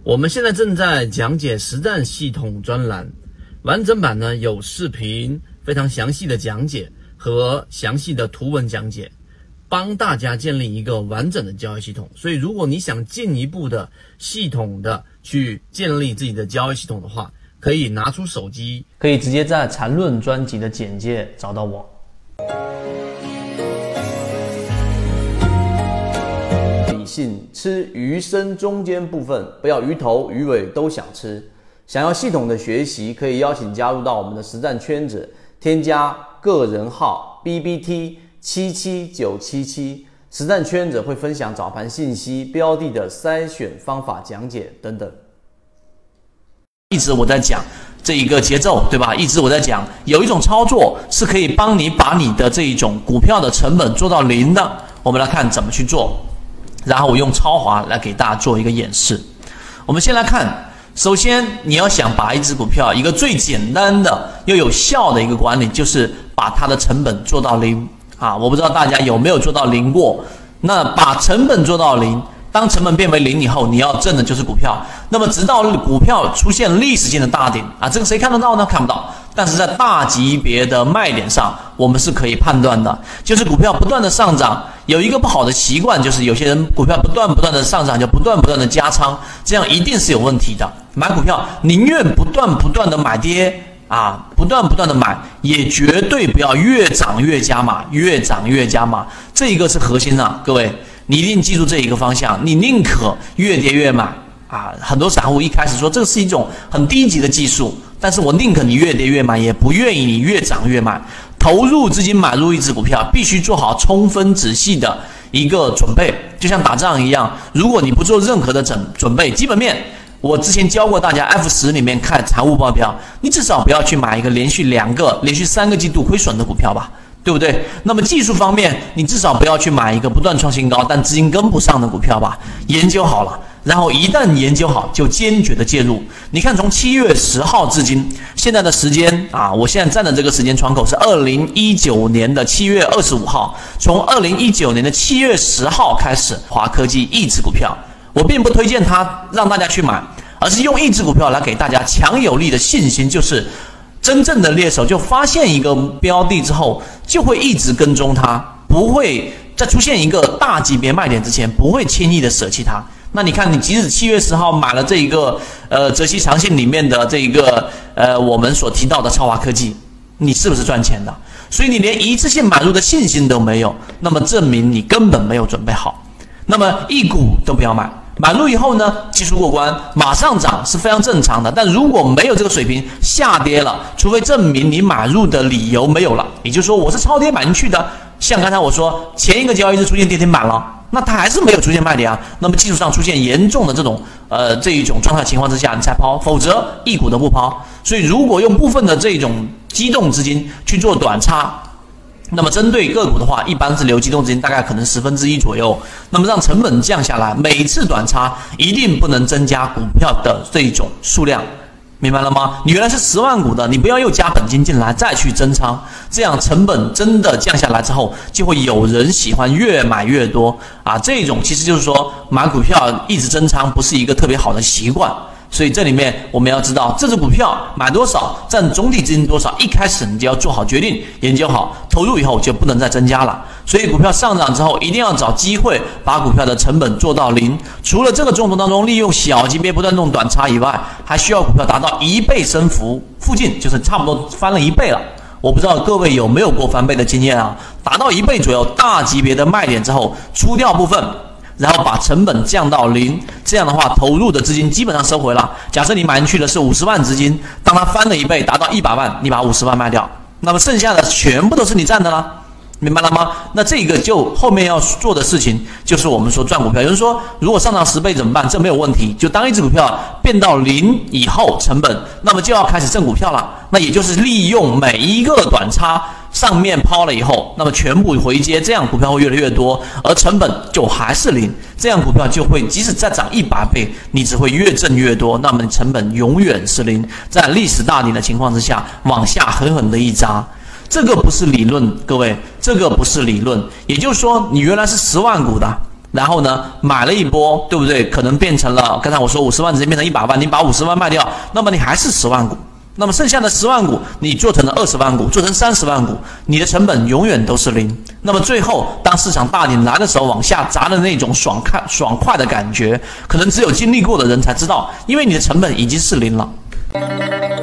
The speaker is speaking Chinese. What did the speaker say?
我们现在正在讲解实战系统专栏，完整版呢有视频，非常详细的讲解和详细的图文讲解，帮大家建立一个完整的交易系统。所以如果你想进一步的系统的去建立自己的交易系统的话，可以拿出手机， 可以直接在缠论专辑的简介找到我。理性吃鱼身中间部分，不要鱼头鱼尾都想吃。想要系统的学习，可以邀请加入到我们的实战圈子，添加个人号 BBT77977，实战圈子会分享早盘信息、标的的筛选方法讲解等等。一直我在讲这一个节奏，对吧？一直我在讲有一种操作是可以帮你把你的这一种股票的成本做到零的，我们来看怎么去做。然后我用超华来给大家做一个演示。我们先来看，首先你要想把一只股票一个最简单的又有效的一个管理，就是把它的成本做到零啊！我不知道大家有没有做到零过。那把成本做到零，当成本变为零以后，你要挣的就是股票。那么直到股票出现历史性的大顶啊，这个谁看得到呢？看不到。但是在大级别的卖点上，我们是可以判断的，就是股票不断的上涨。有一个不好的习惯，就是有些人股票不断的上涨，就不断的加仓，这样一定是有问题的。买股票宁愿不断的买跌啊，不断的买，也绝对不要越涨越加码，越涨越加码，这一个是核心啊，各位，你一定记住这一个方向，你宁可越跌越买啊。很多散户一开始说这个是一种很低级的技术，但是我宁可你越跌越买，也不愿意你越涨越买。投入资金买入一只股票，必须做好充分仔细的一个准备，就像打仗一样，如果你不做任何的准备，基本面我之前教过大家 F10 里面看财务报表，你至少不要去买一个连续3个季度亏损的股票吧，对不对？那么技术方面，你至少不要去买一个不断创新高但资金跟不上的股票吧，研究好了，然后一旦研究好就坚决的介入。你看从7月10号至今，现在的时间啊，我现在站的这个时间窗口是2019年的7月25号，从2019年的7月10号开始，华科技一只股票，我并不推荐它让大家去买，而是用一只股票来给大家强有力的信心，就是真正的猎手就发现一个标的之后，就会一直跟踪它，不会在出现一个大级别卖点之前，不会轻易的舍弃它。那你看，你即使7月10号买了这一个泽熙长信里面的这一个我们所提到的超华科技，你是不是赚钱的？所以你连一次性买入的信心都没有，那么证明你根本没有准备好。那么一股都不要买，买入以后呢，技术过关，马上涨是非常正常的。但如果没有这个水平，下跌了，除非证明你买入的理由没有了，也就是说我是超跌买进去的，像刚才我说前一个交易日出现跌停板了，那它还是没有出现卖点啊，那么技术上出现严重的这一种状态情况之下，你才抛，否则一股都不抛。所以如果用部分的这种机动资金去做短差，那么针对个股的话，一般是留机动资金大概可能1/10左右，那么让成本降下来，每次短差一定不能增加股票的这一种数量，明白了吗？你原来是10万股的，你不要又加本金进来再去增仓，这样成本真的降下来之后，就会有人喜欢越买越多啊。这种其实就是说买股票一直增仓不是一个特别好的习惯。所以这里面我们要知道这只股票买多少占总体资金多少，一开始你就要做好决定，研究好，投入以后就不能再增加了。所以股票上涨之后一定要找机会把股票的成本做到零，除了这个过程当中利用小级别不断弄短差以外，还需要股票达到1倍升幅附近，就是差不多翻了1倍了。我不知道各位有没有过翻倍的经验啊？达到1倍左右大级别的卖点之后，出掉部分，然后把成本降到0，这样的话投入的资金基本上收回了。假设你买进去的是50万资金，当它翻了1倍达到100万，你把50万卖掉，那么剩下的全部都是你赚的了，明白了吗？那这个就后面要做的事情就是我们说赚股票。有人说如果上涨10倍怎么办？这没有问题，就当一只股票变到0以后成本，那么就要开始挣股票了。那也就是利用每一个短差上面抛了以后，那么全部回接，这样股票会越来越多，而成本就还是0，这样股票就会即使再涨100倍，你只会越挣越多，那么你成本永远是0，在历史大顶的情况之下往下狠狠的一扎。这个不是理论，各位，这个不是理论。也就是说你原来是10万股的， 然后呢买了一波，对不对？可能变成了刚才我说50万直接变成100万，你把50万卖掉，那么你还是10万股。那么剩下的10万股，你做成了20万股，做成30万股，你的成本永远都是0。那么最后，当市场大顶来的时候，往下砸的那种爽快的感觉，可能只有经历过的人才知道，因为你的成本已经是0了。